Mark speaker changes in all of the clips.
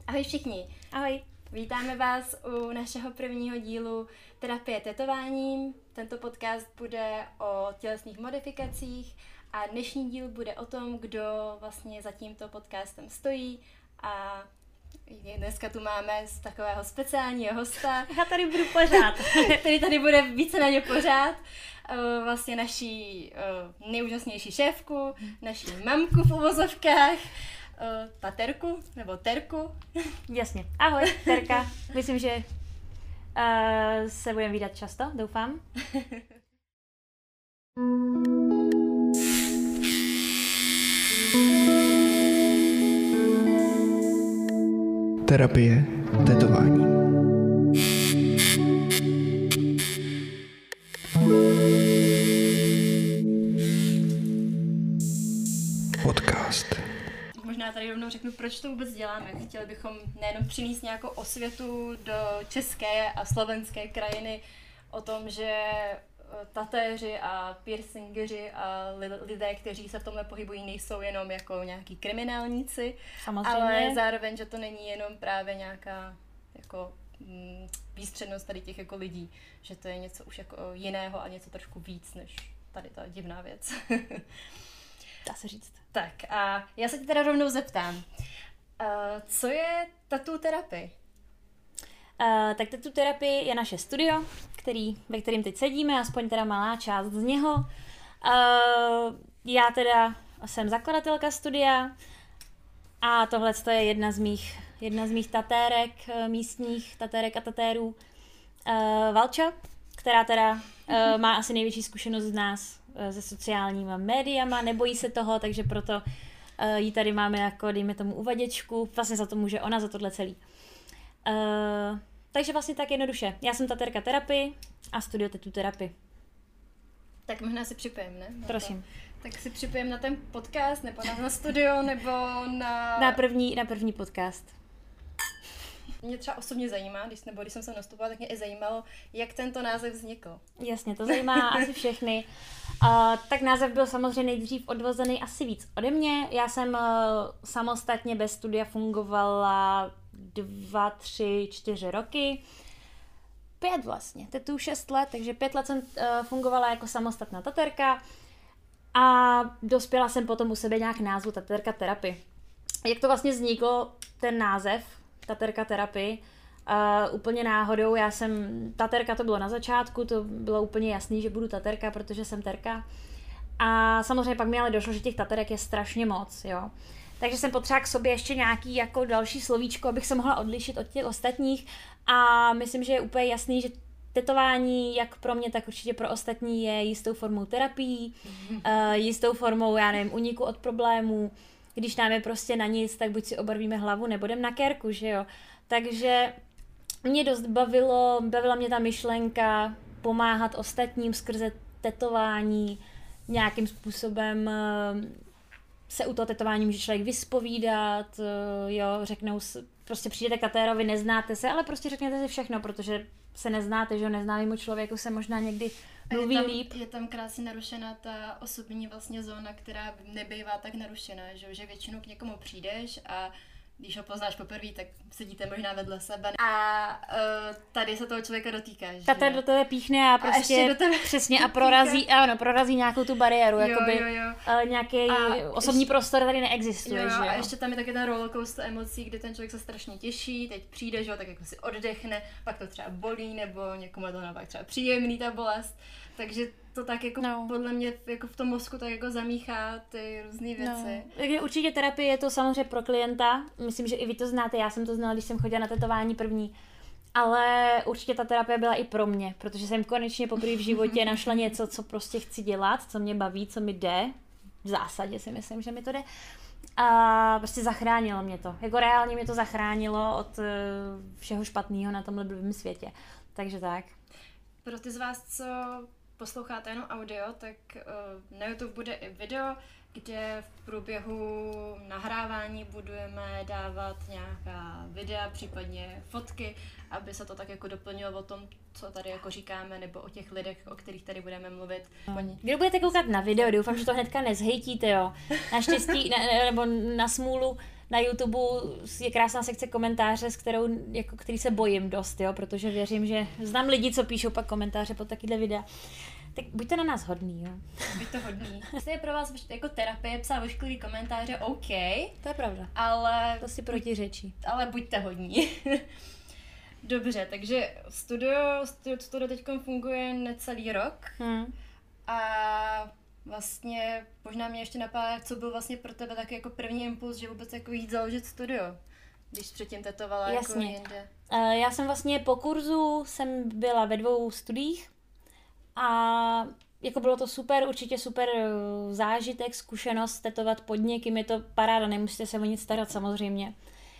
Speaker 1: Ahoj všichni.
Speaker 2: Ahoj.
Speaker 1: Vítáme vás u našeho prvního dílu Terapie tetováním. Tento podcast bude o tělesných modifikacích a dnešní díl bude o tom, kdo vlastně za tímto podcastem stojí. A dneska tu máme z takového speciálního hosta.
Speaker 2: Já tady budu pořád.
Speaker 1: Který tady bude víceméně pořád. Vlastně naší nejúžasnější šéfku, naší mamku v uvozovkách, Terku, nebo Terku.
Speaker 2: Jasně. Ahoj, Terka. Myslím, že se budeme vídat často, doufám.
Speaker 3: Terapie tetování. Podcast.
Speaker 1: Možná tady rovnou řeknu, proč to vůbec děláme. Chtěli bychom nejenom přinést nějakou osvětu do české a slovenské krajiny o tom, že tatéři a piercingeři a lidé, kteří se v tomhle pohybují, nejsou jenom jako nějaký kriminálníci,
Speaker 2: Samozřejmě.
Speaker 1: Ale zároveň, že to není jenom právě nějaká jako výstřednost tady těch jako lidí, že to je něco už jako jiného a něco trošku víc než tady ta divná věc.
Speaker 2: Dá se říct.
Speaker 1: Tak a já se tě teda rovnou zeptám, co je tattoo terapie?
Speaker 2: Tak tattoo terapie je naše studio, ve kterém teď sedíme, aspoň teda malá část z něho. Já teda jsem zakladatelka studia a tohle je jedna z mých tatérek, místních tatérek a tatérů, Valča, která teda má asi největší zkušenost z nás se sociálníma médiama, nebojí se toho, takže proto ji tady máme jako, dejme tomu, uvaděčku. Vlastně za to může ona, za tohle celý. Takže vlastně tak jednoduše. Já jsem tatérka terapii a studio tattoo terapii.
Speaker 1: Tak možná si připojem, ne?
Speaker 2: Prosím.
Speaker 1: Tak si připojem na ten podcast, nebo na studio, nebo na...
Speaker 2: Na první podcast.
Speaker 1: Mě třeba osobně zajímá, když jsem se nastupovala, tak mě i zajímalo, jak tento název vznikl.
Speaker 2: Jasně, to zajímá asi všechny. Tak název byl samozřejmě nejdřív odvozený asi víc ode mě. Já jsem samostatně bez studia fungovala 2, 3, 4 roky. 5 vlastně, teď 6 let, takže 5 let jsem fungovala jako samostatná tatérka a dospěla jsem potom u sebe nějak názvu tatérka terapie. Jak to vlastně vzniklo, ten název tatérka terapie? Úplně náhodou, tatérka to bylo na začátku, to bylo úplně jasný, že budu tatérka, protože jsem terka. A samozřejmě pak mi ale došlo, že těch tatérek je strašně moc, jo. Takže jsem potřeba k sobě ještě nějaký jako další slovíčko, abych se mohla odlišit od těch ostatních. A myslím, že je úplně jasný, že tetování, jak pro mě, tak určitě pro ostatní, je jistou formou terapii, jistou formou, já nevím, úniku od problémů. Když nám je prostě na nic, tak buď si obarvíme hlavu, nebo jdem na kérku, že jo. Takže mě dost bavila mě ta myšlenka pomáhat ostatním skrze tetování, nějakým způsobem se u toho tetování může člověk vyspovídat, jo, řeknou, prostě přijdete k tatérovi, neznáte se, ale prostě řekněte si všechno, protože se neznáte, že jo, neznámému člověku se možná někdy mluví líp.
Speaker 1: Je tam krásně narušena ta osobní vlastně zóna, která nebývá tak narušená, že většinou k někomu přijdeš a když ho poznáš poprvé, tak sedíte možná vedle sebe a tady se toho člověka dotýkáš.
Speaker 2: Tatér do tebe píchne a prostě přesně a prorazí nějakou tu bariéru, jakoby nějaký osobní prostor tady neexistuje, že jo.
Speaker 1: A ještě tam je taky ten rollercoaster emocí, kde ten člověk se strašně těší, teď přijde, že jo, tak jako si oddechne, pak to třeba bolí, nebo někomu je to naopak třeba příjemný ta bolest, takže to tak jako podle mě jako v tom mozku tak jako zamíchá ty různé věci.
Speaker 2: Takže určitě terapie je to samozřejmě pro klienta, myslím, že i vy to znáte, já jsem to znala, když jsem chodila na tetování první, ale určitě ta terapie byla i pro mě, protože jsem konečně poprvé v životě našla něco, co prostě chci dělat, co mě baví, co mi jde, v zásadě si myslím, že mi to jde. A prostě zachránilo mě to, jako reálně mě to zachránilo od všeho špatného na tomhle blbým světě, takže tak.
Speaker 1: Pro ty z vás, co posloucháte jenom audio, tak na YouTube bude i video, kde v průběhu nahrávání budeme dávat nějaká videa, případně fotky, aby se to tak jako doplnilo o tom, co tady jako říkáme, nebo o těch lidech, o kterých tady budeme mluvit.
Speaker 2: Kdo budete koukat na video, doufám, že to hnedka nezhejtíte, jo. Naštěstí, nebo na smůlu, na YouTube je krásná sekce komentáře, který se bojím dost, jo, protože věřím, že znám lidi, co píšou pak komentáře pod takovýhle videa. Tak buďte na nás hodný, jo.
Speaker 1: Buďte hodný. Jestli je pro vás jako terapie psát ošklivý komentáře, OK.
Speaker 2: To je pravda.
Speaker 1: Ale...
Speaker 2: To si protiřečí.
Speaker 1: Ale buďte hodní. Dobře, takže studio teď funguje necelý rok. A vlastně možná mě ještě napadá, co byl vlastně pro tebe taky jako první impuls, že vůbec jako jít založit studio, když předtím tetovala jako jinde.
Speaker 2: Já jsem vlastně po kurzu byla ve 2 studiích a jako bylo to super, určitě super zážitek, zkušenost tetovat pod někým, je to paráda, nemusíte se o nic starat samozřejmě.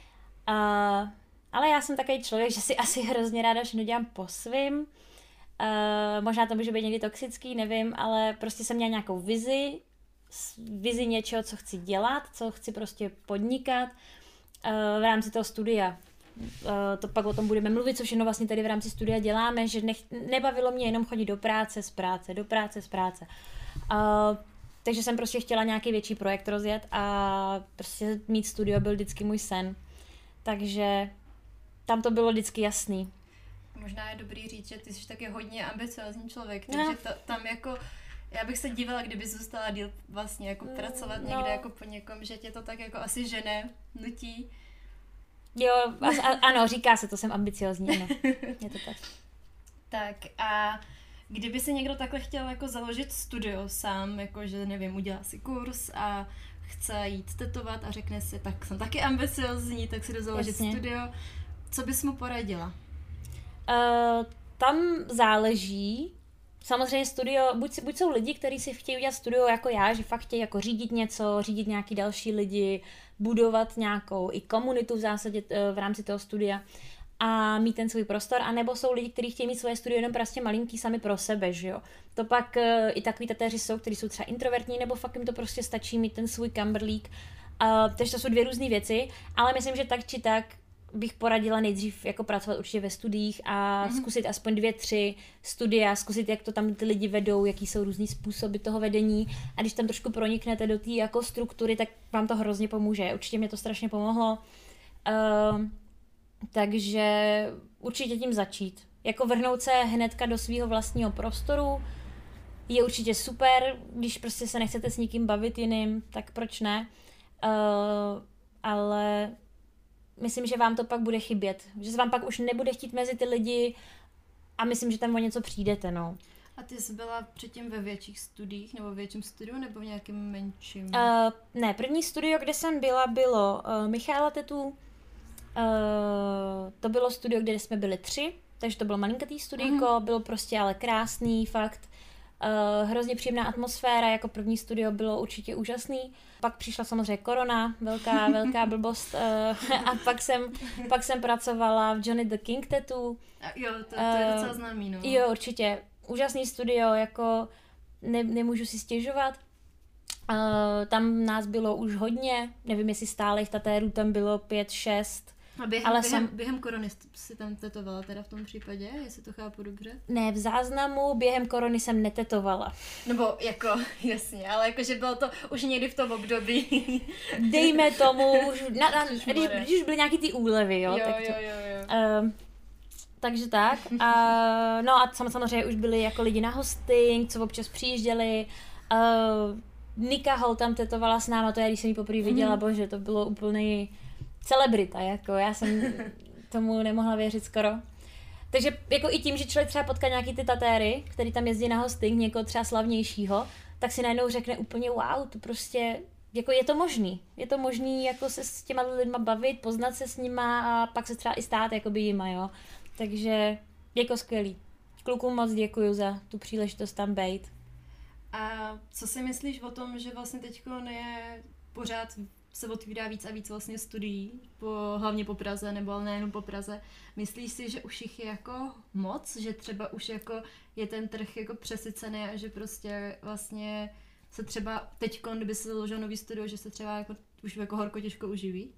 Speaker 2: Ale já jsem takový člověk, že si asi hrozně ráda všechno dělám po svým. Možná to může být někdy toxický, nevím, ale prostě jsem měla nějakou vizi něčeho, co chci dělat, co chci prostě podnikat v rámci toho studia. To pak o tom budeme mluvit, co všechno vlastně tady v rámci studia děláme, že nebavilo mě jenom chodit do práce, z práce. Takže jsem prostě chtěla nějaký větší projekt rozjet a prostě mít studio byl vždycky můj sen. Takže tam to bylo vždycky jasný.
Speaker 1: Možná je dobrý říct, že ty jsi taky hodně ambiciozní člověk, takže tam jako, já bych se divila, kdyby zůstala díl vlastně jako pracovat někde jako po někom, že tě to tak jako asi žene, nutí.
Speaker 2: Jo, ano, říká se, to jsem ambiciozní, ano. Je to tak.
Speaker 1: Tak a kdyby si někdo takhle chtěl jako založit studio sám, jakože nevím, udělá si kurz a chce jít tetovat a řekne si, tak jsem taky ambiciozní, tak si jdu založit studio, co bys mu poradila?
Speaker 2: Tam záleží. Samozřejmě studio, buď jsou lidi, kteří si chtějí udělat studio jako já, že fakt chtějí jako řídit něco, řídit nějaký další lidi, budovat nějakou i komunitu v zásadě v rámci toho studia a mít ten svůj prostor, anebo jsou lidi, kteří chtějí mít svoje studio jenom prostě malinký sami pro sebe, že jo. To pak i takový tatéři jsou, kteří jsou třeba introvertní, nebo fakt jim to prostě stačí mít ten svůj kamberlík. Takže to jsou 2 různé věci, ale myslím, že tak či tak bych poradila nejdřív jako pracovat určitě ve studiích a zkusit aspoň 2-3 studia, zkusit, jak to tam ty lidi vedou, jaký jsou různý způsoby toho vedení a když tam trošku proniknete do té jako struktury, tak vám to hrozně pomůže. Určitě mě to strašně pomohlo. Takže určitě tím začít. Jako vrhnout se hnedka do svého vlastního prostoru je určitě super, když prostě se nechcete s nikým bavit jiným, tak proč ne? Ale myslím, že vám to pak bude chybět. Že se vám pak už nebude chtít mezi ty lidi a myslím, že tam o něco přijdete, no.
Speaker 1: A ty jsi byla předtím ve větších studiích nebo v větším studiu nebo v nějakém menším?
Speaker 2: Ne, první studio, kde jsem byla, bylo Michála Tetu. To bylo studio, kde jsme byli 3, takže to bylo malinkatý studijko, bylo prostě ale krásný, fakt. Hrozně příjemná atmosféra, jako první studio bylo určitě úžasný. Pak přišla samozřejmě korona, velká blbost a pak jsem pracovala v Johnny the King Tattoo.
Speaker 1: Jo, to je docela známý, no.
Speaker 2: Jo, určitě. Úžasný studio, jako nemůžu si stěžovat. Tam nás bylo už hodně, nevím, jestli stálých tatérů tam bylo 5-6.
Speaker 1: A během korony si tam tetovala teda v tom případě, jestli to chápu dobře?
Speaker 2: Ne, v záznamu během korony jsem netetovala.
Speaker 1: Nebo jako, jasně, ale jakože bylo to už někdy v tom období.
Speaker 2: Dejme tomu, když už byly nějaký ty úlevy, jo. Takže tak. No a samozřejmě už byli jako lidi na hosting, co občas přijížděli. Nika Hall tam tetovala s náma, to já když jsem ji poprvé viděla, bože, to bylo úplný celebrita, jako já jsem tomu nemohla věřit skoro. Takže jako i tím, že člověk třeba potká nějaký ty tatéry, který tam jezdí na hosting, někoho třeba slavnějšího, tak si najednou řekne úplně wow, to prostě, jako je to možný jako se s těma lidma bavit, poznat se s nima a pak se třeba i stát jakoby jima, jo. Takže jako skvělý. Klukům moc děkuju za tu příležitost tam bejt.
Speaker 1: A co si myslíš o tom, že vlastně teďko je pořád se otvírá víc a víc vlastně studií, hlavně po Praze, nebo ale nejenom po Praze. Myslíš si, že už jich je jako moc, že třeba už jako je ten trh jako přesycený a že prostě vlastně se třeba teďko, kdyby se založil nový studio, že se třeba jako už jako horko těžko uživí?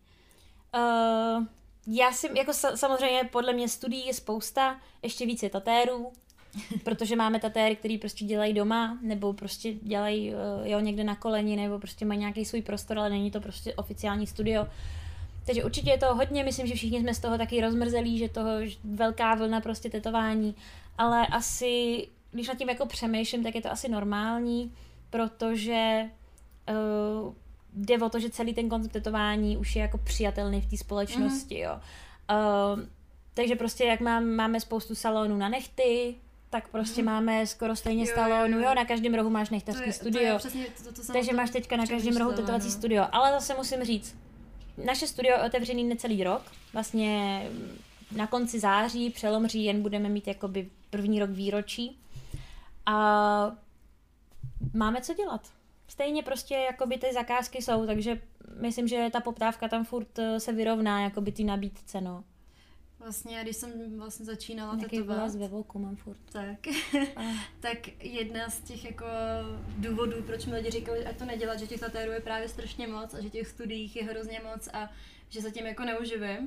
Speaker 2: Já si, jako samozřejmě podle mě studií je spousta, ještě víc je tatérů, protože máme tatéry, který prostě dělají doma, nebo prostě dělají někde na koleni, nebo prostě mají nějaký svůj prostor, ale není to prostě oficiální studio. Takže určitě je to hodně, myslím, že všichni jsme z toho taky rozmrzelí, že toho velká vlna prostě tetování, ale asi, když nad tím jako přemýšlím, tak je to asi normální, protože jde o to, že celý ten koncept tetování už je jako přijatelný v té společnosti, jo. Takže prostě jak máme spoustu salonů na nehty, tak prostě máme skoro stejně salonů, jo, na každém rohu máš nechtařský studio, takže máš teďka na každém rohu tetovací studio, ale zase musím říct, naše studio je otevřený necelý rok, vlastně na konci září, přelom říjen budeme mít jakoby první rok výročí a máme co dělat. Stejně prostě jakoby ty zakázky jsou, takže myslím, že ta poptávka tam furt se vyrovná jakoby ty nabídce, no.
Speaker 1: Vlastně, když jsem vlastně začínala
Speaker 2: tetovat. Nějaký vlas ve voku mám furt.
Speaker 1: Tak jedna z těch jako důvodů, proč mi lidi říkali, ať to nedělat, že těch tatérů je právě strašně moc a že těch studiích je hrozně moc a že se tím jako neuživím.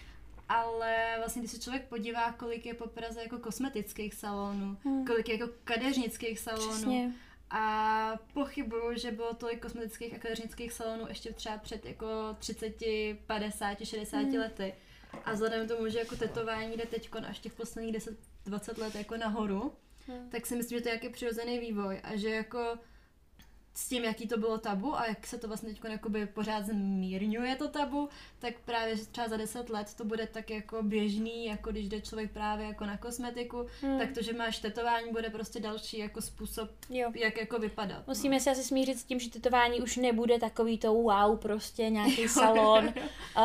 Speaker 1: Ale vlastně, když se člověk podívá, kolik je po Praze jako kosmetických salonů, kolik je jako kadeřnických salonů.
Speaker 2: Přesně.
Speaker 1: A pochybuju, že bylo tolik kosmetických a kadeřnických salonů ještě třeba před jako 30, 50, 60 lety. A vzhledem k tomu, že jako tetování jde teďko až těch posledních 10-20 let jako nahoru, tak si myslím, že to je jaký přirozený vývoj a že jako s tím, jaký to bylo tabu a jak se to vlastně teďko jakoby pořád zmírňuje to tabu, tak právě třeba za 10 let to bude tak jako běžný, jako když jde člověk právě jako na kosmetiku, tak to, že máš tetování, bude prostě další jako způsob, jak jako vypadat.
Speaker 2: Musíme se asi smířit s tím, že tetování už nebude takový to wow, prostě nějaký salon.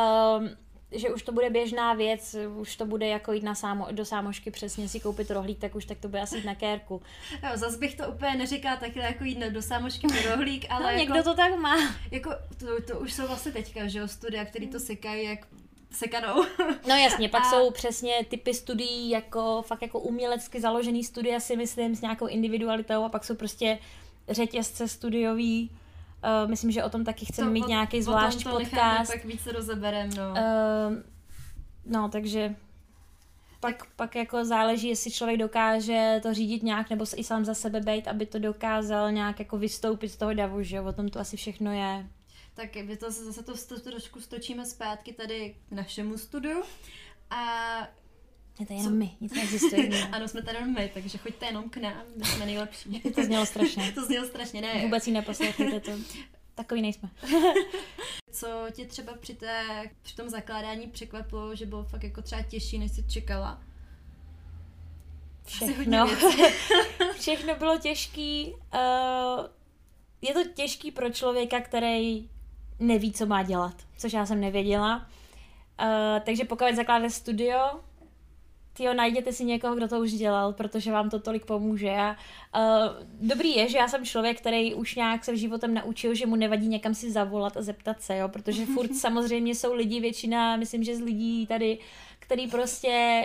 Speaker 2: Že už to bude běžná věc, už to bude jako jít do sámošky přesně si koupit rohlík, tak už tak to bude asi jít na kérku.
Speaker 1: Jo, zas bych to úplně neříkala takhle jako jít do sámošky pro rohlík, ale
Speaker 2: no,
Speaker 1: jako,
Speaker 2: někdo to tak má.
Speaker 1: Jako to už jsou vlastně teďka, že jo, studia, který to sekají jak sekanou.
Speaker 2: No jasně, pak jsou přesně typy studií, jako fakt jako umělecky založený studia, si myslím, s nějakou individualitou a pak jsou prostě řetězce studiový. Myslím, že o tom taky chceme mít nějaký zvlášť podcast.
Speaker 1: Pak více rozeberem, no.
Speaker 2: No, takže pak jako záleží, jestli člověk dokáže to řídit nějak, nebo i sám za sebe bejt, aby to dokázal nějak jako vystoupit z toho davu, že jo, o tom to asi všechno je.
Speaker 1: Tak my to zase to trošku stočíme zpátky tady k našemu studiu a
Speaker 2: je to jenom my, nic neexistuje.
Speaker 1: Ano, jsme tady jenom my, takže choďte jenom k nám, my jsme nejlepší.
Speaker 2: To znělo strašně.
Speaker 1: To znělo strašně, ne.
Speaker 2: Vůbec ji neposlouchejte to. Takový nejsme.
Speaker 1: Co tě třeba při tom zakládání překvapilo, že bylo fakt jako třeba těžší, než jsi čekala?
Speaker 2: Všechno. Všechno bylo těžký. Je to těžký pro člověka, který neví, co má dělat, což já jsem nevěděla. Takže pokud zakládáte studio, najděte si někoho, kdo to už dělal, protože vám to tolik pomůže. Dobrý je, že já jsem člověk, který už nějak se v životem naučil, že mu nevadí někam si zavolat a zeptat se, jo, protože furt samozřejmě jsou lidi, většina, myslím, že z lidí tady, který prostě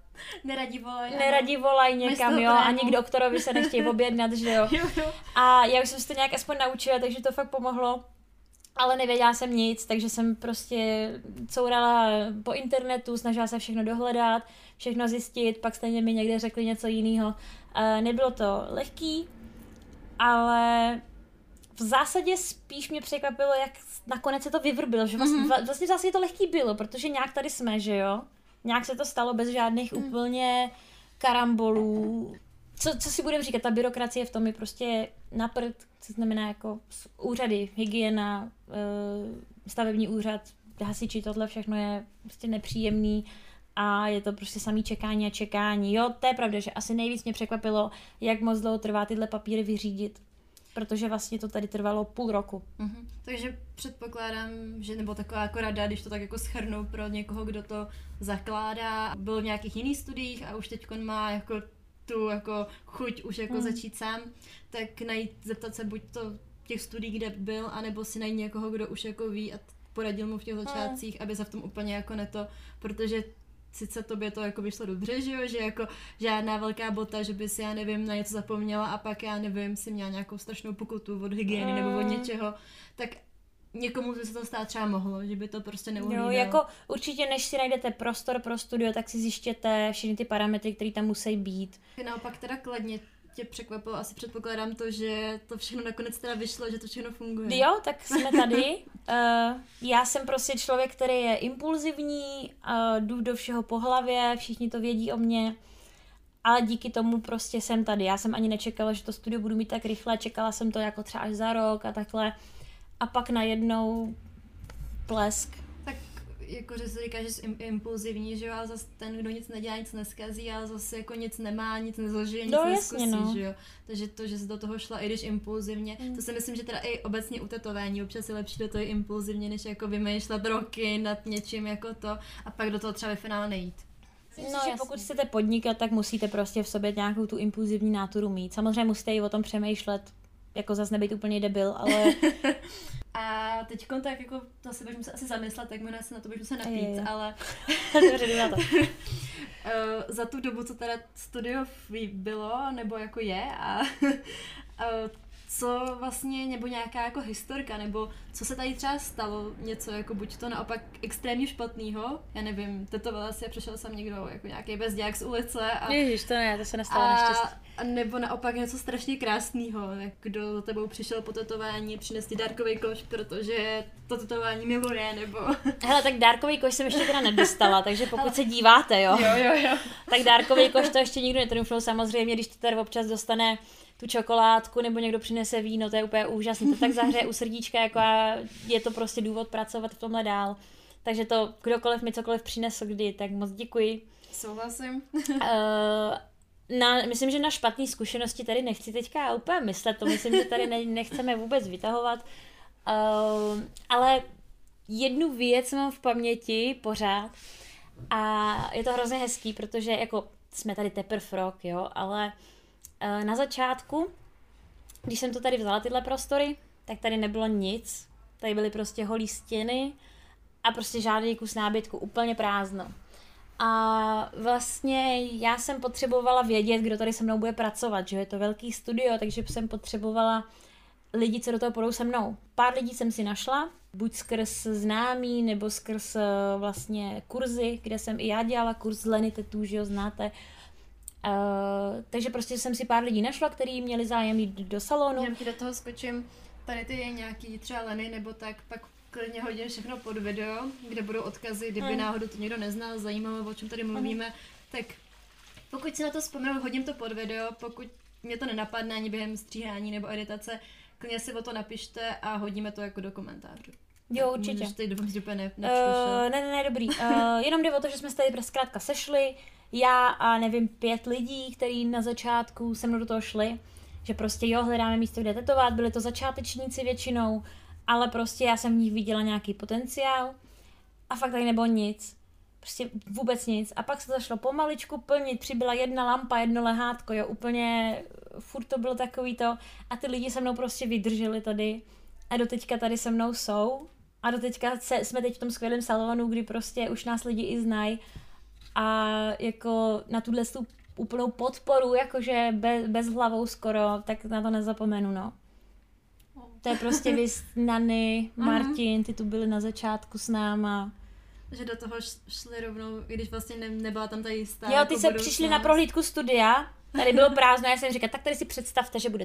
Speaker 2: neradi volají někam, jo, ani k doktorovi se nechtějí objednat, že jo. A já už jsem si to nějak aspoň naučila, takže to fakt pomohlo. Ale nevěděla jsem nic, takže jsem prostě courala po internetu, snažila se všechno dohledat, všechno zjistit, pak stejně mi někde řekli něco jiného. Nebylo to lehký, ale v zásadě spíš mě překvapilo, jak nakonec se to vyvrbilo, že vlastně v zásadě to lehký bylo, protože nějak tady jsme, že jo? Nějak se to stalo bez žádných úplně karambolů. Co si budeme říkat, ta byrokracie v tom je prostě na prd, co znamená jako úřady, hygiena, stavební úřad, hasiči, tohle všechno je prostě nepříjemný a je to prostě samý čekání a čekání. Jo, to je pravda, že asi nejvíc mě překvapilo, jak moc dlouho trvá tyhle papíry vyřídit, protože vlastně to tady trvalo půl roku.
Speaker 1: Takže předpokládám, že nebo taková jako rada, když to tak jako shrnu pro někoho, kdo to zakládá, byl v nějakých jiných studiích a už teďkon má jako tu jako chuť už jako začít sám, tak zeptat se buď to těch studií, kde byl, anebo si najít někoho, kdo už jako ví a poradil mu v těch začátcích, aby se v tom úplně jako protože sice tobě to jako vyšlo dobře, že jo, že jako žádná velká bota, že by si, já nevím, na něco zapomněla a pak, já nevím, si měla nějakou strašnou pokutu od hygieny nebo od něčeho, tak někomu by se to stát třeba mohlo, že by to prostě neuhlídalo.
Speaker 2: Jo, jako určitě, než si najdete prostor pro studio, tak si zjištěte všechny ty parametry, které tam musí být.
Speaker 1: Naopak teda kladně tě překvapilo, asi předpokládám to, že to všechno nakonec teda vyšlo, že to všechno funguje.
Speaker 2: Jo, tak jsme tady. Já jsem prostě člověk, který je impulzivní, jdu do všeho po hlavě, všichni to vědí o mě, ale díky tomu prostě jsem tady. Já jsem ani nečekala, že to studio budu mít tak rychle, čekala jsem to jako třeba až za rok a takhle. A pak najednou blesk.
Speaker 1: Tak jakože se říká, že jsi impulzivní, že jo, ale zase ten, kdo nic nedělá, nic neskazí, ale zase jako nic nemá, nic nezažije, nic neskusí, že jo. Takže to, že jsi do toho šla, i když impulzivně, to si myslím, že teda i obecně u tetování občas je lepší do toho impulzivně, než jako vymýšlet roky nad něčím jako to a pak do toho třeba ve finále nejít.
Speaker 2: No, že pokud chcete podnikat, tak musíte prostě v sobě nějakou tu impulzivní náturu mít. Samozřejmě musíte i o tom přemýšlet, jako zase nebejt úplně debil, ale...
Speaker 1: A teďkon tak jako, zase budeme se asi zamyslet, tak možná se na to budeme se napít, ale...
Speaker 2: Dobře, jdu na to.
Speaker 1: Za tu dobu, co teda studio bylo, nebo jako je a co vlastně, nebo nějaká jako historka, nebo co se tady třeba stalo, něco jako buď to naopak extrémně špatného, já nevím, tetovala si a přišel jsem někdo jako nějaký bezdělák z ulice a...
Speaker 2: Ježiš, to ne, to se nestalo naštěstí.
Speaker 1: A nebo naopak něco strašně krásného, jak kdo za tebou přišel po tetování, přines ti dárkový koš, protože to tetování miluje, nebo...
Speaker 2: Hele, tak dárkový koš jsem ještě teda nedostala, takže pokud se díváte, jo, tak dárkový koš to ještě nikdo netrumfnul, samozřejmě, když to tady občas dostane tu čokoládku, nebo někdo přinese víno, to je úplně úžasný, to tak zahřeje u srdíčka, jako a je to prostě důvod pracovat v tomhle dál. Takže to kdokoliv mi cokoliv přinesl kdy, tak moc děkuji.
Speaker 1: Souhlasím.
Speaker 2: Myslím, že na špatné zkušenosti tady nechci teďka úplně myslet, to myslím, že tady nechceme vůbec vytahovat, ale jednu věc mám v paměti pořád a je to hrozně hezký, protože jako jsme tady teprve rok, jo, ale na začátku, když jsem to tady vzala tyhle prostory, tak tady nebylo nic, tady byly prostě holý stěny a prostě žádný kus nábytku, úplně prázdno. A vlastně já jsem potřebovala vědět, kdo tady se mnou bude pracovat, že je to velký studio, takže jsem potřebovala lidi, co do toho půjdou se mnou. Pár lidí jsem si našla, buď skrz známý, nebo skrz vlastně kurzy, kde jsem i já dělala kurz Leny Tattoo, že jo, znáte. Takže prostě jsem si pár lidí našla, kteří měli zájem jít do salonu.
Speaker 1: Já ti do toho skočím, tady ty je nějaký třeba Leny, nebo tak pak klidně hodím všechno pod video, kde budou odkazy, kdyby náhodou to někdo neznal, zajímalo, o čem tady mluvíme, tak pokud si na to vzpomenu, hodím to pod video, pokud mě to nenapadne ani během stříhání nebo editace, klidně si o to napište a hodíme to jako do komentářů.
Speaker 2: Jo, určitě.
Speaker 1: Můžeš teď doufám, že úplně
Speaker 2: Ne, dobrý. Jenom jde o to, že jsme se tady zkrátka sešli, já a nevím 5 lidí, kteří na začátku se mnou do toho šli, že prostě jo, hledáme místo, kde tetovat, byli to začátečníci většinou, ale prostě já jsem v nich viděla nějaký potenciál a fakt tady nebylo nic. Prostě vůbec nic. A pak se to šlo pomaličku plnit, přibyla jedna lampa, jedno lehátko, jo, úplně furt to bylo takový to a ty lidi se mnou prostě vydrželi tady a doteďka tady se mnou jsou a doteďka jsme teď v tom skvělém salonu, kdy prostě už nás lidi i znají a jako na tuhle tu úplnou podporu, jakože bez hlavou skoro, tak na to nezapomenu, no. To je prostě vys Nany, Martin, ty tu byli na začátku s náma.
Speaker 1: Že do toho šli rovnou, i když vlastně nebyla tam ta jistá.
Speaker 2: Jo, ty se přišli na prohlídku studia, tady bylo prázdno, já jsem říkala, tak tady si představte, že bude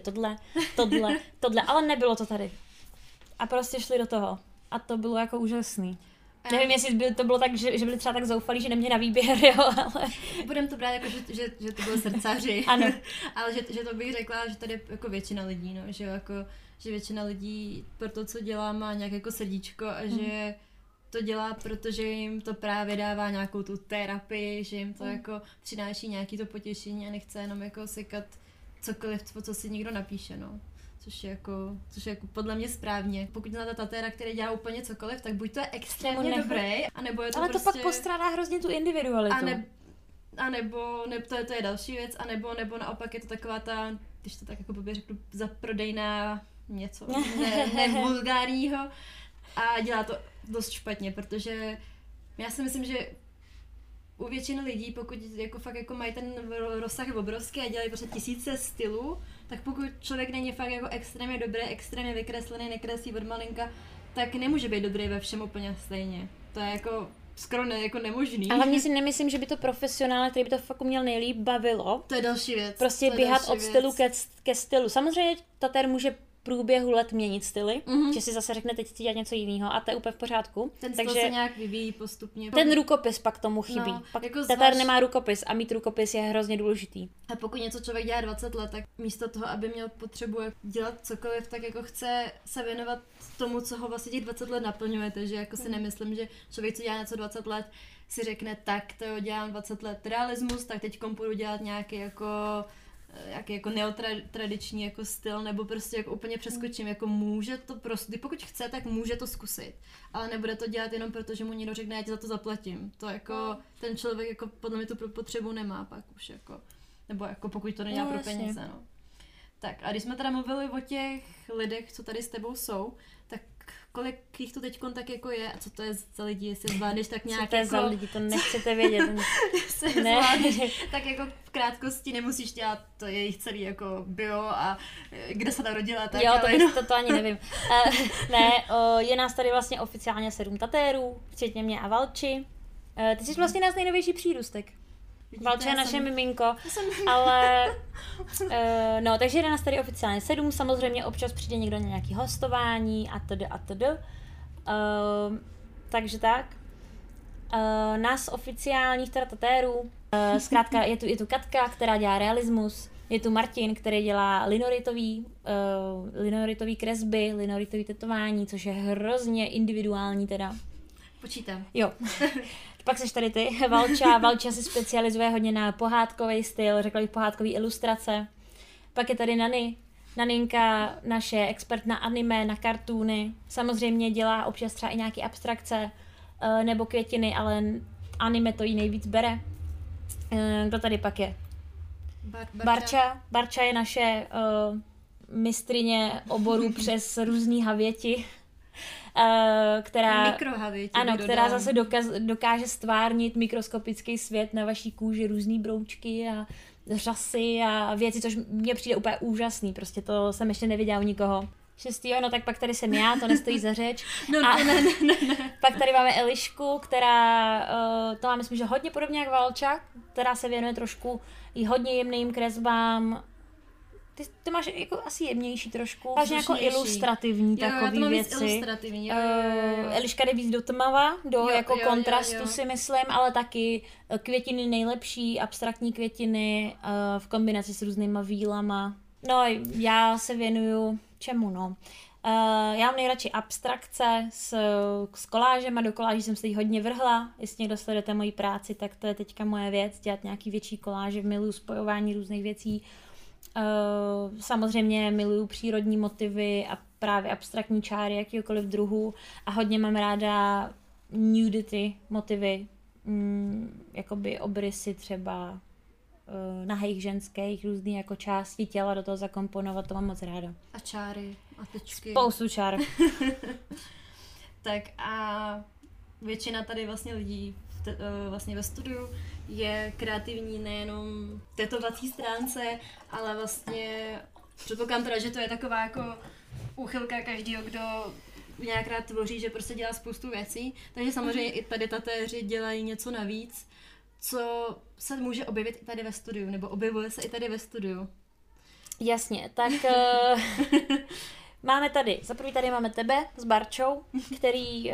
Speaker 2: tohle, ale nebylo to tady. A prostě šli do toho. A to bylo jako úžasný. Nevím, jestli to bylo tak, že byli třeba tak zoufalí, že neměli na výběr, jo, ale...
Speaker 1: Budem to brát jako, že to bylo srdcaři.
Speaker 2: Ano.
Speaker 1: Ale že to bych řekla, že tady je jako většina lidí, no, že jako, že většina lidí pro to, co dělá, má nějak jako srdíčko a že to dělá, protože jim to právě dává nějakou tu terapii, že jim to jako přináší nějaký to potěšení a nechce jenom jako sekat cokoliv, co si někdo napíše, no. Což je jako podle mě správně. Pokud znáte tatéra, který dělá úplně cokoliv, tak buď to je extrémně dobrý, anebo je to
Speaker 2: ale
Speaker 1: prostě...
Speaker 2: to pak postrádá hrozně tu individualitu.
Speaker 1: A nebo to je další věc, nebo naopak je to taková ta, když to tak jako blbě řeknu, zaprodejná něco, ne vulgárního a dělá to dost špatně, protože já si myslím, že u většiny lidí, pokud jako fakt jako mají ten rozsah obrovský a dělají prostě tisíce stylů, tak pokud člověk není fakt jako extrémně dobrý, extrémně vykreslený, nekreslí od malinka, tak nemůže být dobrý ve všem úplně stejně. To je jako skoro jako nemožný.
Speaker 2: A hlavně si nemyslím, že by to profesionál, který by to fakt uměl nejlíp, bavilo.
Speaker 1: To je další věc.
Speaker 2: Prostě běhat od stylu ke stylu. Samozřejmě tatér může v průběhu let měnit styly, že si zase řekne, teď chci dělat něco jiného a to je úplně v pořádku.
Speaker 1: Ten styl se nějak vyvíjí postupně.
Speaker 2: Ten rukopis pak tomu chybí.
Speaker 1: No,
Speaker 2: pak
Speaker 1: jako
Speaker 2: tatér nemá rukopis a mít rukopis je hrozně důležitý.
Speaker 1: A pokud něco člověk dělá 20 let, tak místo toho, aby měl potřebu dělat cokoliv, tak jako chce se věnovat tomu, co ho vlastně těch 20 let naplňuje. Takže jako si nemyslím, že člověk, co dělá něco 20 let, si řekne, tak to dělám 20 let realismus, tak teď půjdu dělat nějaký jako neotradiční jako styl, nebo prostě jako úplně přeskočím, jako může to prostě, pokud chce, tak může to zkusit, ale nebude to dělat jenom proto, že mu někdo řekne, já ti za to zaplatím. To jako ten člověk jako podle mě tu potřebu nemá pak už jako, nebo jako pokud to nedělá pro peníze, no. Tak a když jsme teda mluvili o těch lidech, co tady s tebou jsou, tak kolik jich tu teďkon tak jako je a co to je za lidi, jestli zvládneš tak nějak
Speaker 2: co to je
Speaker 1: jako...
Speaker 2: za lidi, to nechcete vědět.
Speaker 1: Ne. Zvládneš, tak jako v krátkosti nemusíš dělat to jejich celý jako bio a kde se narodila, tak
Speaker 2: jo,
Speaker 1: ale...
Speaker 2: to ani nevím. Je nás tady vlastně oficiálně 7 tatérů, včetně mě a Valči. Ty jsi vlastně náš nejnovější přírůstek. Valče je naše miminko, ale no, takže je nás tady oficiálně 7, samozřejmě občas přijde někdo na nějaký hostování a td. Takže tak. Nás oficiálních teda tatérů, zkrátka je tu Katka, která dělá realismus, je tu Martin, který dělá linoritový kresby, linoritový tetování, což je hrozně individuální teda.
Speaker 1: Počítám.
Speaker 2: Jo. Pak seš tady ty, Valča se specializuje hodně na pohádkový styl, řekla bych pohádkový ilustrace. Pak je tady Nany. Naninka, naše expert na anime, na kartuny. Samozřejmě dělá občas třeba i nějaké abstrakce nebo květiny, ale anime to jí nejvíc bere. Kdo tady pak je? Barča je naše mistryně oboru přes různý havěti. Která zase dokáže stvárnit mikroskopický svět na vaší kůži, různý broučky a řasy a věci, což mně přijde úplně úžasný, prostě to jsem ještě neviděla u nikoho. 6. No tak pak tady jsem já, to nestojí za řeč. Ne. Pak tady máme Elišku, která, to má myslím, že hodně podobně jak Valča, která se věnuje trošku i hodně jemným kresbám. Ty máš jako asi jemnější trošku. Máš jako ilustrativní takový věci. Eliška jde víc do tmava, jako kontrastu si myslím, ale taky květiny nejlepší, abstraktní květiny v kombinaci s různýma vílama. No, já se věnuju čemu, no. Já mám nejradši abstrakce s kolážem a do koláží jsem se teď hodně vrhla. Jestli někdo sledujete moji práci, tak to je teďka moje věc, dělat nějaký větší koláže, miluju spojování různých věcí. Samozřejmě miluju přírodní motivy a právě abstraktní čáry jakýkoliv druhu a hodně mám ráda nudity motivy, jakoby obrysy třeba nahých ženských, různý jako části těla do toho zakomponovat, to mám moc ráda.
Speaker 1: A čáry a tečky.
Speaker 2: Spoustu čár.
Speaker 1: Tak a většina tady vlastně lidí vlastně ve studiu je kreativní nejenom v tetovací stránce, ale vlastně předpokládám teda, že to je taková jako úchylka každého, kdo nějak rád tvoří, že prostě dělá spoustu věcí, takže samozřejmě i tady tatéři dělají něco navíc, co se může objevit i tady ve studiu, nebo objevuje se i tady ve studiu.
Speaker 2: Jasně, tak máme tady, za první tady máme tebe s Barčou, který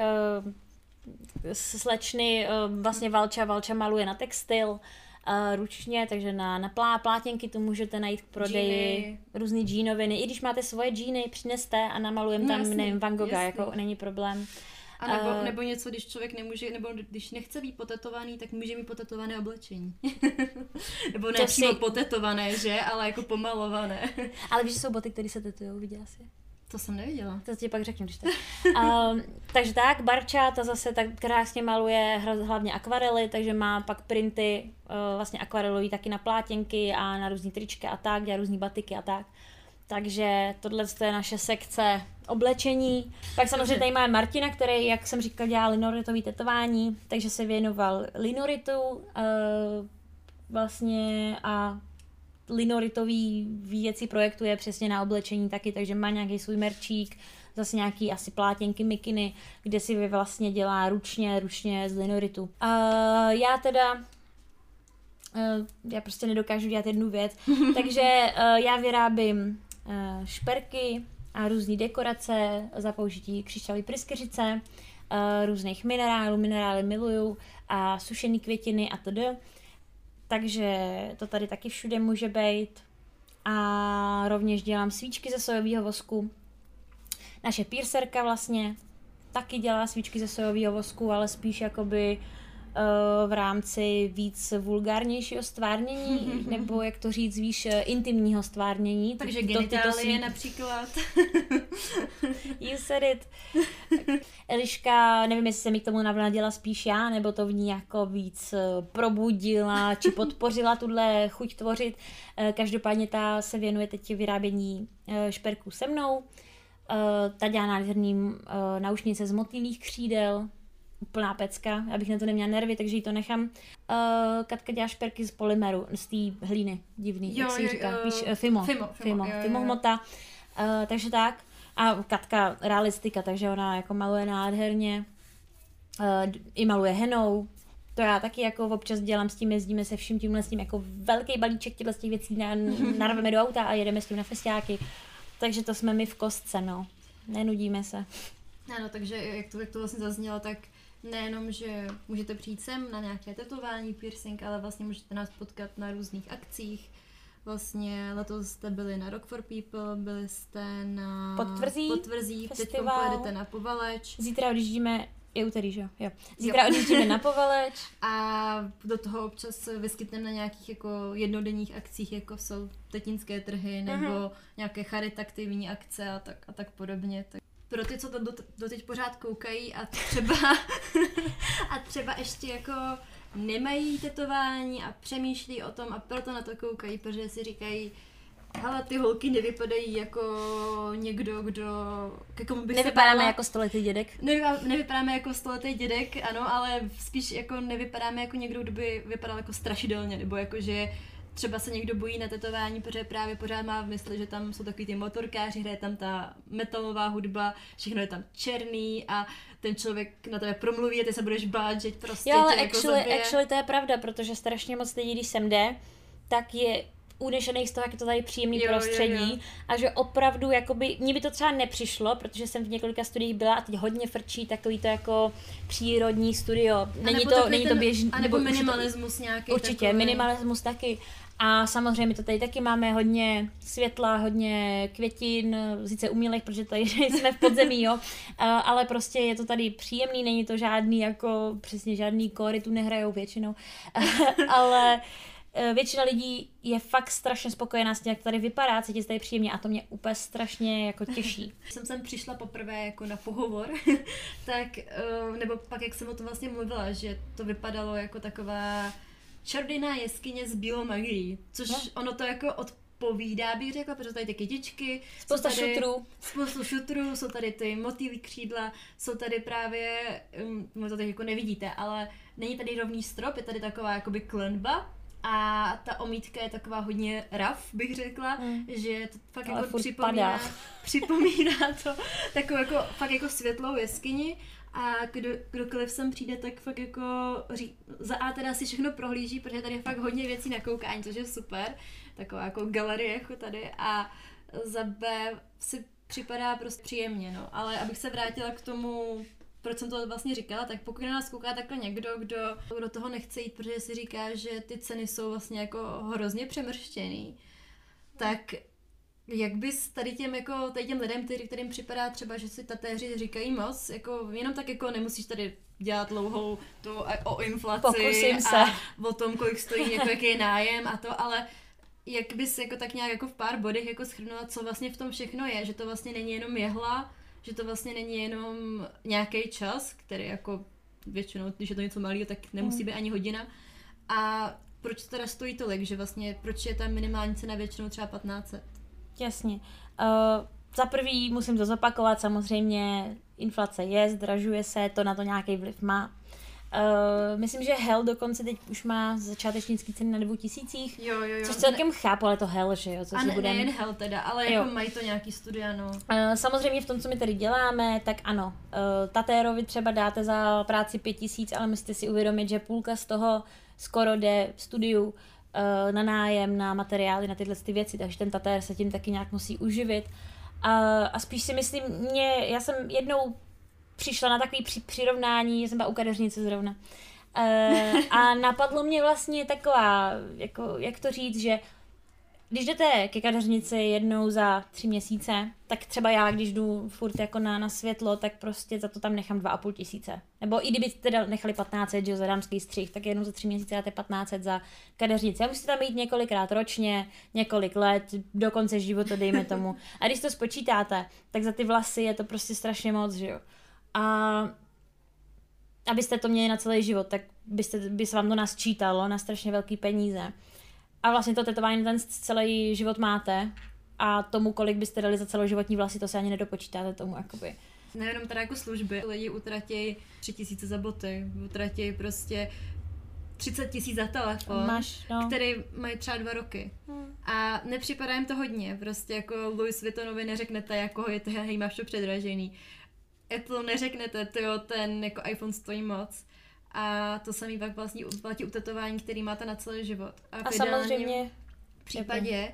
Speaker 2: slečny, vlastně Valča maluje na textil ručně, takže na plátěnky tu můžete najít k prodeji různý džínoviny. I když máte svoje džíny, přineste a namalujeme tam, nevím, Van Gogha, jako není problém.
Speaker 1: A nebo něco, když člověk nemůže, nebo když nechce být potetovaný, tak může mít potetované oblečení. Nebo ne přímo potetované, že? Ale jako pomalované.
Speaker 2: Ale víš, že jsou boty, které se tetujou, viděla jsi?
Speaker 1: To jsem neviděla.
Speaker 2: To ti pak řeknu, když tak. Takže tak, Barča, ta zase tak krásně maluje hlavně akvarely, takže má pak printy vlastně akvarelový taky na plátěnky a na různý tričky a tak, dělá různý batiky a tak. Takže tohle je naše sekce oblečení. Pak samozřejmě tady máme Martina, který, jak jsem říkal, dělá linoritový tetování, takže se věnoval linoritu vlastně a linoritový věci projektuje přesně na oblečení taky, takže má nějaký svůj merčík, zase nějaký asi plátěnky, mikiny, kde si vlastně dělá ručně z linoritu. Já prostě nedokážu dělat jednu věc, takže já vyrábím šperky a různé dekorace za použití křišťálové pryskyřice, různých minerály miluju a sušený květiny a td. Takže to tady taky všude může být. A rovněž dělám svíčky ze sojového vosku. Naše piercerka vlastně taky dělá svíčky ze sojového vosku, ale spíš jakoby v rámci víc vulgárnějšího stvárnění, nebo jak to říct, víš, intimního stvárnění.
Speaker 1: Takže genitálie například.
Speaker 2: You said it. Eliška, nevím, jestli se mi k tomu navnadila spíš já, nebo to v ní jako víc probudila, či podpořila tuhle chuť tvořit. Každopádně ta se věnuje teď vyrábění šperků se mnou. Ta dělá nádherný náušnice z motýlích křídel, úplná pecka, abych na to neměla nervy, takže jí to nechám. Katka dělá šperky z polymeru, z té hlíny, divný, jak se jí říká, víš, Fimo hmota, takže tak. A Katka realistika, takže ona jako maluje nádherně, i maluje henou. To já taky jako občas dělám s tím, jezdíme se vším tímhle s tím, jako velký balíček těchto těch věcí narveme do auta a jedeme s tím na festiáky. Takže to jsme my v kostce, no. Nenudíme se.
Speaker 1: Ano, takže jak to vlastně zaznělo, tak nejenom, že můžete přijít sem na nějaké tetování, piercing, ale vlastně můžete nás potkat na různých akcích. Vlastně letos jste byli na Rock for People, byli jste na Podtvrzí, teď pojedete na Povaleč.
Speaker 2: Zítra odjíždíme, je úterý, že jo? Zítra odjíždíme na Povaleč.
Speaker 1: A do toho občas vyskytneme na nějakých jako jednodenních akcích, jako jsou tetínské trhy, nebo nějaké charitativní akce a tak podobně. Tak pro ty, co to doteď pořád koukají a třeba ještě jako nemají tetování a přemýšlí o tom a proto na to koukají, protože si říkají, hele, ty holky nevypadají jako někdo, kdo ke komu bych
Speaker 2: nevypadáme jako stoletý dědek.
Speaker 1: Nevypadáme jako stoletý dědek, ano, ale spíš jako nevypadáme jako někdo, kdo by vypadal jako strašidelně, nebo jako, že třeba se někdo bojí na tetování, protože právě pořád má v mysli, že tam jsou takový ty motorkáři, hraje tam ta metalová hudba, všechno je tam černý a ten člověk na tebe promluví a ty se budeš bát, že prostě
Speaker 2: jo, ale
Speaker 1: tě jako zabije.
Speaker 2: Actually to je pravda, protože strašně moc lidí, když sem jde, tak je unešených z toho, jak je to tady příjemný prostředí a že opravdu, jakoby, mně by to třeba nepřišlo, protože jsem v několika studiích byla a teď hodně frčí takový to jako přírodní studio. Není to běžný.
Speaker 1: A nebo minimalismus nějaký.
Speaker 2: Určitě, takový. Minimalismus taky. A samozřejmě to tady taky máme hodně světla, hodně květin, sice umělých, protože tady jsme v podzemí, jo, ale prostě je to tady příjemný, není to žádný, jako přesně žádný kóry tu nehrajou většinou, ale většina lidí je fakt strašně spokojená s tím, jak tady vypadá, cítí se tady příjemně a to mě úplně strašně jako těší.
Speaker 1: Když jsem sem přišla poprvé jako na pohovor, tak, nebo pak jak jsem o tom vlastně mluvila, že to vypadalo jako taková čarodějná jeskyně s bílou magií, což ono to jako odpovídá, bych řekla, protože tady ty kytičky,
Speaker 2: spoustu
Speaker 1: šutrů, jsou tady ty motýlí křídla, jsou tady právě, to teď jako nevidíte, ale není tady rovný strop, je tady taková jakoby klenba a ta omítka je taková hodně rough, bych řekla, že to fakt jako připomíná to takovou jako fakt jako světlou jeskyni. A kdokoliv sem přijde, tak fakt jako za A teda si všechno prohlíží, protože tady je fakt hodně věcí na koukání, což je super, taková jako galerie jako tady a za B si připadá prostě příjemně, no, ale abych se vrátila k tomu, proč jsem to vlastně říkala, tak pokud na nás kouká takhle někdo, kdo do toho nechce jít, protože si říká, že ty ceny jsou vlastně jako hrozně přemrštěný, tak jak bys tady těm lidem, kterým připadá třeba, že si tatéři říkají moc, jako jenom tak jako nemusíš tady dělat dlouhou to o inflaci a o tom, kolik stojí, jako jaký je nájem a to, ale jak bys jako tak nějak jako v pár bodech jako shrnula, co vlastně v tom všechno je, že to vlastně není jenom jehla, že to vlastně není jenom nějaký čas, který jako většinou, když je to něco malého, tak nemusí být ani hodina a proč teda stojí tolik, že vlastně proč je ta minimální cena většinou třeba 1500?
Speaker 2: Jasně. Za prvý musím to zopakovat, samozřejmě inflace je, zdražuje se, to na to nějaký vliv má. Myslím, že Hell dokonce teď už má začátečnický ceny na 2000.
Speaker 1: Jo.
Speaker 2: Což celkem chápu, ale to Hell, že jo?
Speaker 1: A nejen Hell teda, ale jako mají to nějaký studia, no.
Speaker 2: Samozřejmě v tom, co my tady děláme, tak ano. Tatérovi třeba dáte za práci 5000, ale musíte si uvědomit, že půlka z toho skoro jde studiu na nájem, na materiály, na tyhle ty věci, takže ten tatér se tím taky nějak musí uživit. A spíš si myslím, já jsem jednou přišla na takový přirovnání, jsem byla u kadeřnice zrovna. A napadlo mě vlastně taková, jako, jak to říct, že když jdete ke kadeřnici jednou za 3 měsíce, tak třeba já, když jdu furt jako na světlo, tak prostě za to tam nechám 2500. Nebo i kdyby teda nechali 1500, že za dámský střih, tak jednou za 3 měsíce dáte 1500 za kadeřnici. A musíte tam jít několikrát ročně, několik let, do konce života, dejme tomu. A když to spočítáte, tak za ty vlasy je to prostě strašně moc, že jo. A abyste to měli na celý život, tak by se vám to nasčítalo na strašně velký peníze. A vlastně to tetování ten celý život máte a tomu, kolik byste dali za celoživotní vlasy, to se ani nedopočítáte tomu, jakoby.
Speaker 1: Nejenom teda jako služby, lidi utratí 3000 za boty, utratí prostě 30 000 za telefon, který mají třeba 2 roky. A nepřipadá jim to hodně, prostě jako Louis Vuittonovi neřeknete, jako je to, hej, máš to předražený. Apple neřeknete, tyjo, ten jako iPhone stojí moc. A to samý pak vlastně platí u tetování, který máte na celý život.
Speaker 2: A samozřejmě
Speaker 1: v případě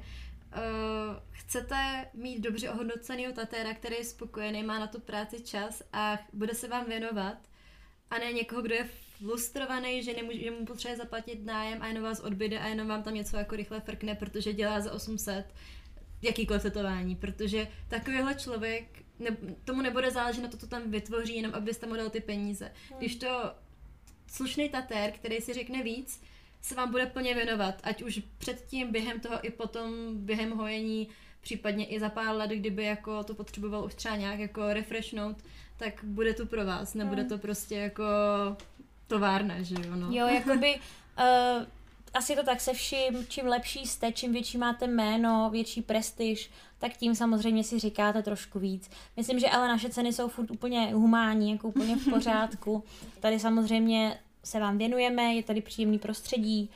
Speaker 1: chcete mít dobře ohodnocenýho tatéra, který je spokojený, má na tu práci čas a bude se vám věnovat, a ne někoho, kdo je frustrovaný, že mu potřebuje zaplatit nájem a jenom vás odbyde a jenom vám tam něco jako rychle frkne, protože dělá za 800 jakýkoliv tetování, protože takovýhle člověk tomu nebude záležet na to, co tam vytvoří, jenom abyste mu dal ty peníze. Když to slušný tatér, který si řekne víc, se vám bude plně věnovat, ať už předtím, během toho i potom, během hojení, případně i za pár let, kdyby jako to potřeboval už třeba nějak jako refreshnout, tak bude tu pro vás, nebude to prostě jako továrna, že jo, no.
Speaker 2: Jo, jakoby asi to tak se vším, čím lepší jste, čím větší máte jméno, větší prestiž, tak tím samozřejmě si říkáte trošku víc. Myslím, že ale naše ceny jsou furt úplně humánní, jako úplně v pořádku. Tady samozřejmě se vám věnujeme, je tady příjemný prostředí,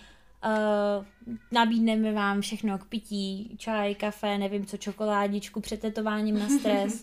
Speaker 2: nabídneme vám všechno k pití, čaj, kafe, nevím co, čokoládičku před tetováním na stres.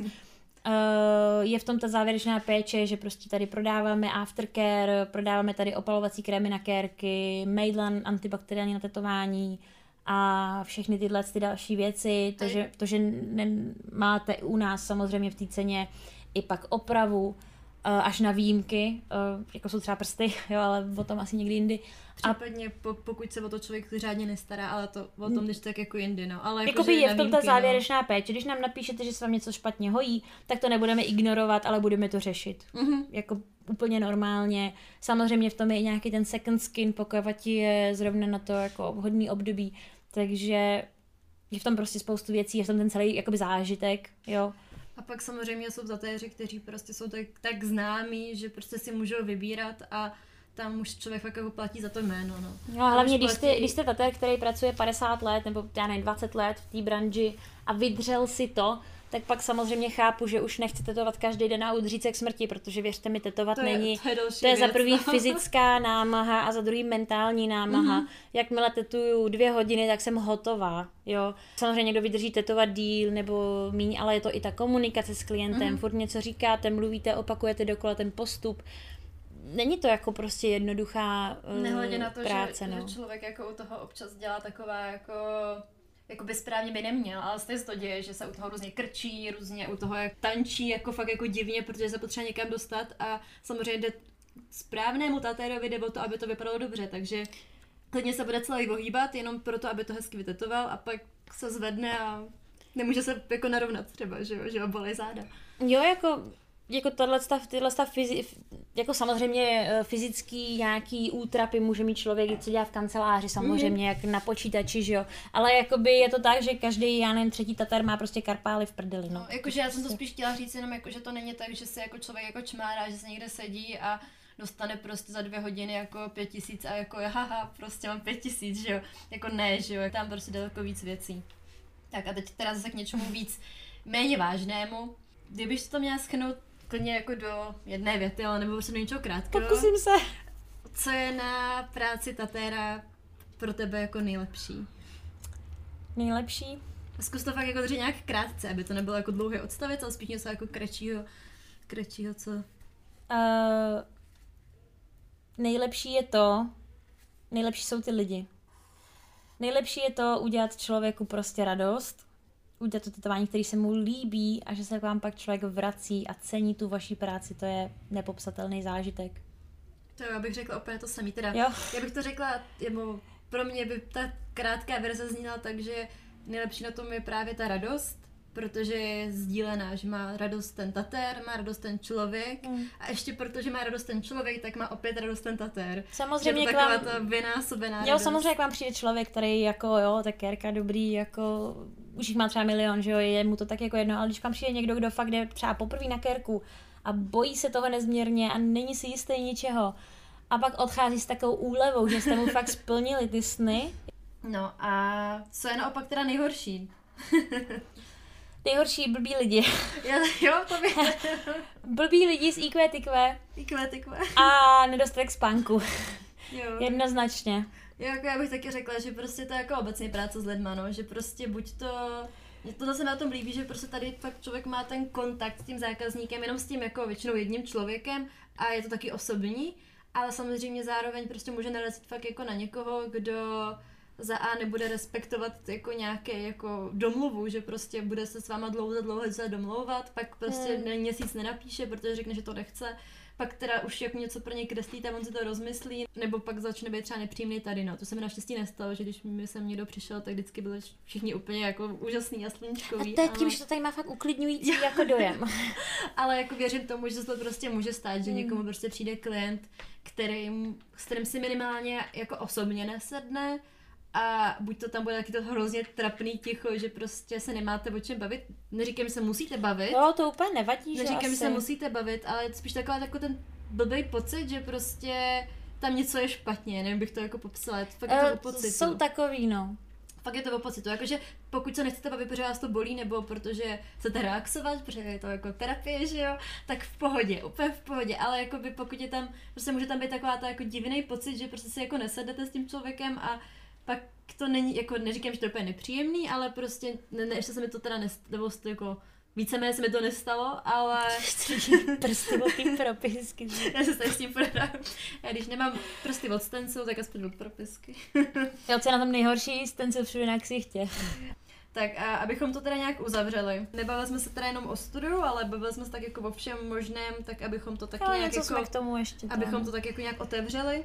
Speaker 2: Je v tom ta závěrečná péče, že prostě tady prodáváme aftercare, prodáváme tady opalovací krémy na kérky, Maidlan antibakteriální na tetování a všechny tyhle ty další věci. To, že máte u nás samozřejmě v té ceně i pak opravu, až na výjimky, jako jsou třeba prsty, jo, ale o tom asi někdy jindy.
Speaker 1: Případně pokud se o to člověk řádně nestará, ale to o tom, když tak jako jindy, no. Ale
Speaker 2: jako je v tom ta závěrečná péče. Když nám napíšete, že se vám něco špatně hojí, tak to nebudeme ignorovat, ale budeme to řešit. Jako úplně normálně. Samozřejmě v tom je i nějaký ten second skin, pokud je zrovna na to jako vhodný období. Takže je v tom prostě spoustu věcí, je v tom ten celý jakoby zážitek, jo.
Speaker 1: A pak samozřejmě jsou tatéři, kteří prostě jsou tak známí, že prostě si můžou vybírat a tam už člověk fakt jako platí za to jméno, no.
Speaker 2: No a hlavně, když jste tatér, který pracuje 50 let nebo já nevím, 20 let v té branži a vydřel si to, tak pak samozřejmě chápu, že už nechci tetovat každý den a udřít se k smrti, protože věřte mi, tetovat není. To je za prvý fyzická námaha a za druhý mentální námaha. Jakmile tetuju 2 hodiny, tak jsem hotová, jo. Samozřejmě někdo vydrží tetovat díl nebo míň, ale je to i ta komunikace s klientem, furt něco říkáte, mluvíte, opakujete dokola ten postup. Není to jako prostě jednoduchá
Speaker 1: nehledě na to,
Speaker 2: práce,
Speaker 1: že člověk jako u toho občas dělá taková jako by správně by neměl, ale stejně to děje, že se u toho různě krčí, různě u toho jak tančí, jako fakt jako divně, protože se potřeba někam dostat a samozřejmě jde správnému tatérovi jde o to, aby to vypadalo dobře, takže klidně se bude celý ohýbat jenom proto, aby to hezky vytetoval a pak se zvedne a nemůže se jako narovnat třeba, že ho bolej záda.
Speaker 2: Jo, jako tyhle jako samozřejmě fyzický nějaký útrapy může mít člověk, co dělá v kanceláři samozřejmě, jak na počítači, že jo. Ale jakoby je to tak, že každý, já nevím, 3. tatar má prostě karpály v prdeli, no.
Speaker 1: Jakože já jsem to spíš chtěla říct jenom jako, že to není tak, že se jako člověk jako čmárá, že se někde sedí a dostane prostě za 2 hodiny jako 5000 a jako haha, prostě mám 5000, že jo. Jako ne, že jo, tam prostě daleko víc věcí. Tak a teď teda zase k něčemu víc méně vážnému. Kdybych to měla shrnout klidně jako do jedné věty, ale nebo prostě do něčeho krátkého.
Speaker 2: Pokusím se.
Speaker 1: Co je na práci tatéra pro tebe jako nejlepší?
Speaker 2: Nejlepší?
Speaker 1: Zkus to fakt jako držet nějak krátce, aby to nebylo jako dlouhý odstavec, ale spíš něco jako kratšího, co?
Speaker 2: Nejlepší jsou ty lidi. Nejlepší je to udělat člověku prostě radost, udělat to tetování, který se mu líbí a že se k vám pak člověk vrací a cení tu vaší práci, to je nepopsatelný zážitek.
Speaker 1: To já bych řekla úplně to samý, teda
Speaker 2: jo.
Speaker 1: Já bych to řekla, pro mě by ta krátká verze zněla tak, že nejlepší na tom je právě ta radost, protože je sdílená, že má radost ten tatér, má radost ten člověk a ještě protože má radost ten člověk, tak má opět radost ten tatér.
Speaker 2: Samozřejmě
Speaker 1: že to taková ta vynásobená radost.
Speaker 2: Samozřejmě k vám přijde člověk, který jako jo, tak kérka dobrý, jako už jich má třeba milion, že jo, je mu to tak jako jedno, ale když vám přijde někdo, kdo fakt jde třeba poprvé na kérku a bojí se toho nezměrně a není si jistý ničeho a pak odchází s takovou úlevou, že jste mu fakt splnili ty sny.
Speaker 1: No a co je naopak teda nejhorší?
Speaker 2: Nejhorší blbý lidi.
Speaker 1: Jo, to by...
Speaker 2: Blbý lidi z IQ,
Speaker 1: IQ.
Speaker 2: A nedostatek spánku.
Speaker 1: Jo.
Speaker 2: Jednoznačně.
Speaker 1: Jo, jako já bych taky řekla, že prostě to je jako obecně práce s lidma, no, že prostě buď to se mi na tom líbí, že prostě tady fakt člověk má ten kontakt s tím zákazníkem, jenom s tím jako většinou jedním člověkem a je to taky osobní, ale samozřejmě zároveň prostě může narazit fakt jako na někoho, kdo za A nebude respektovat jako nějaké jako domluvu, že prostě bude se s váma dlouho domlouvat, pak prostě měsíc nenapíše, protože řekne, že to nechce, pak teda už jako něco pro něj kreslíte, on si to rozmyslí, nebo pak začne být třeba nepříjemný tady, no. To se mi naštěstí nestalo, že když mi sem někdo přišel, tak vždycky byli všichni úplně jako úžasný a sluníčkový.
Speaker 2: A to je tím, že to tady má fakt uklidňující jako dojem.
Speaker 1: Ale jako věřím tomu, že se to prostě může stát, že někomu prostě přijde klient, s kterým si minimálně jako osobně nesedne, a buď to tam bude taky to hrozně trapný ticho, že prostě se nemáte o čem bavit. Neříkám, že se musíte bavit.
Speaker 2: Jo, to úplně nevadí,
Speaker 1: Neříkám, že se musíte bavit, ale je to spíš takový ten blbý pocit, že prostě tam něco je špatně, nevím, bych to jako popsala. Fakt je to o pocitu.
Speaker 2: Jsou takový, no.
Speaker 1: Fakt je to o pocitu, jakože pokud se nechcete bavit, protože vás to bolí, nebo protože chcete relaxovat, protože je to jako terapie, že jo, tak v pohodě, úplně v pohodě, ale jakoby pokud je tam, prostě může tam být taková ta jako divný pocit, že prostě si jako nesedete s tím člověkem a pak to není, jako neříkám, že to je úplně nepříjemný, ale prostě, ještě se mi to teda nestalo, jako víceméně se mi to nestalo, ale...
Speaker 2: Prsty od té propisky.
Speaker 1: Já se tady s tím podám. Já když nemám prsty od stencilu, tak aspoň od propisky.
Speaker 2: Jo, co je na tom nejhorší, stencil všude na ksichtě.
Speaker 1: Tak a abychom to teda nějak uzavřeli. Nebavili jsme se teda jenom o studiu, ale bavili jsme se tak jako o všem možném, tak abychom to taky nějak jako...
Speaker 2: k tomu ještě
Speaker 1: abychom to tak jako nějak otevřeli.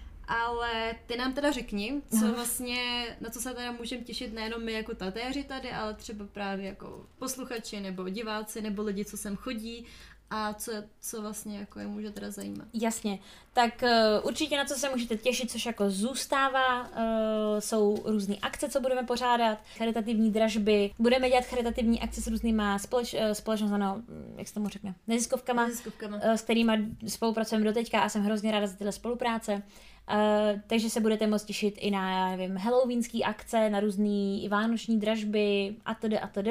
Speaker 1: Ale ty nám teda řekni, co vlastně, na co se teda můžeme těšit nejenom my jako tatéři tady, ale třeba právě jako posluchači nebo diváci nebo lidi, co sem chodí a co vlastně jako je může teda zajímat.
Speaker 2: Jasně, tak určitě na co se můžete těšit, což jako zůstává, jsou různé akce, co budeme pořádat, charitativní dražby, budeme dělat charitativní akce s různýma společnostmi, jak se tomu řekne, neziskovkama. S kterýma spolupracujeme doteďka a jsem hrozně ráda za tyhle spolupráce. Takže se budete moct těšit i na, nevím, halloweenský akce, na různý vánoční dražby atd.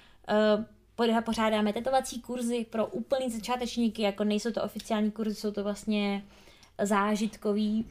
Speaker 2: Pořádáme tetovací kurzy pro úplný začátečníky, jako nejsou to oficiální kurzy, jsou to vlastně zážitkový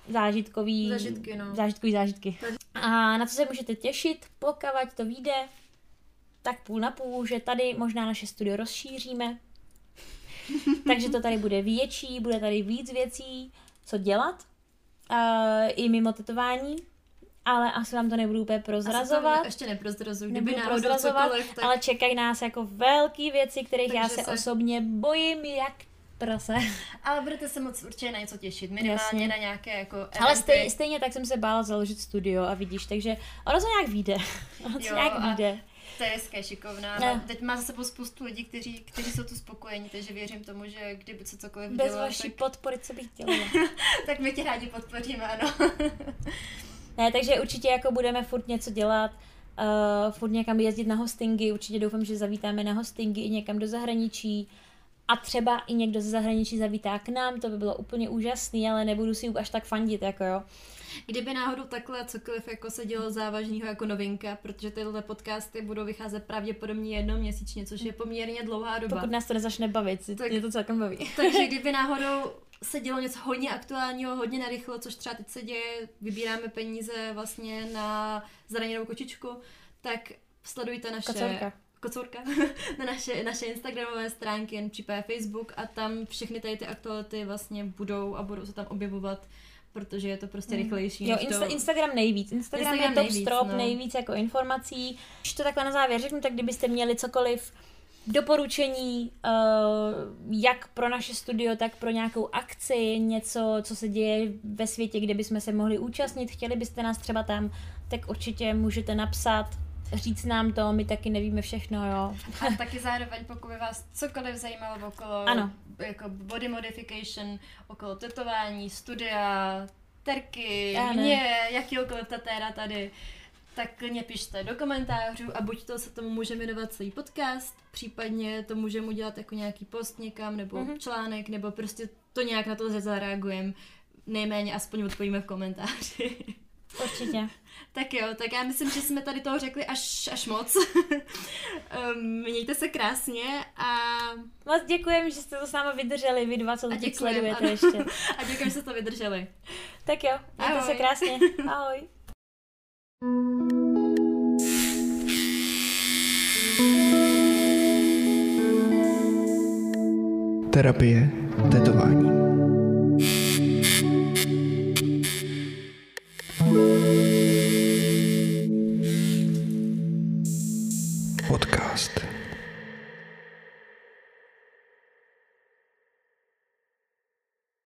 Speaker 2: zážitky. A na co se můžete těšit, pokud to vyjde, tak půl na půl, že tady možná naše studio rozšíříme. Takže to tady bude větší, bude tady víc věcí, co dělat. I mimo tetování, ale asi vám to nebudu úplně prozrazovat.
Speaker 1: Ještě neprozrazuju, kdyby náhodou cokoliv, tak...
Speaker 2: ale čekají nás jako velký věci, kterých já se osobně bojím jak prase.
Speaker 1: Ale budete se moc určitě na něco těšit, minimálně na nějaké jako eventy.
Speaker 2: Ale stejně tak jsem se bála založit studio a vidíš, takže ono to nějak vyjde.
Speaker 1: To je hezké, šikovná. No. Teď má za sebou spoustu lidí, kteří jsou tu spokojení, takže věřím tomu, že kdyby se cokoliv dělo,
Speaker 2: bez vaší podpory, co bych dělala.
Speaker 1: Tak my tě rádi podpoříme, ano.
Speaker 2: Ne, takže určitě jako budeme furt něco dělat, furt někam jezdit na hostingy, určitě doufám, že zavítáme na hostingy i někam do zahraničí a třeba i někdo ze zahraničí zavítá k nám, to by bylo úplně úžasný, ale nebudu si až tak fandit, jako jo.
Speaker 1: Kdyby náhodou takhle cokoliv jako se dělo závažného jako novinka, protože tyhle podcasty budou vycházet pravděpodobně jednou měsíčně, což je poměrně dlouhá doba.
Speaker 2: Pokud nás to nezačne bavit, tak, mě to celkem baví.
Speaker 1: Takže kdyby náhodou se dělo něco hodně aktuálního, hodně narychlo, což třeba teď se děje, vybíráme peníze vlastně na zraněnou kočičku, tak sledujte naše... Kocourka. Na naše Instagramové stránky, případně Facebook a tam všechny tady ty aktuality vlastně budou se tam objevovat, protože je to prostě rychlejší.
Speaker 2: Jo, Instagram nejvíc. Instagram je top strop, nejvíc jako informací. Když to takhle na závěr řeknu, tak kdybyste měli cokoliv doporučení, jak pro naše studio, tak pro nějakou akci, něco, co se děje ve světě, kde bychom se mohli účastnit, chtěli byste nás třeba tam, tak určitě můžete napsat, říct nám to, my taky nevíme všechno, jo.
Speaker 1: A taky zároveň, pokud by vás cokoliv zajímalo okolo jako body modification, okolo tetování, studia, terky, mě, jakýkoliv tatéra tady, tak klidně pište do komentářů a buď to se tomu může jmenovat celý podcast, případně to můžeme udělat jako nějaký post někam, nebo článek, nebo prostě to nějak na to zareagujeme, nejméně aspoň odpovíme v komentáři.
Speaker 2: Určitě.
Speaker 1: Tak jo, tak já myslím, že jsme tady toho řekli až moc. Mějte se krásně a...
Speaker 2: Moc děkujeme, že jste to s námi vydrželi, vy dva, co to teď sledujete ještě.
Speaker 1: A děkujeme, že jste to vydrželi.
Speaker 2: Tak jo, mějte se krásně. Ahoj.
Speaker 3: Terapie tetování. Podcast.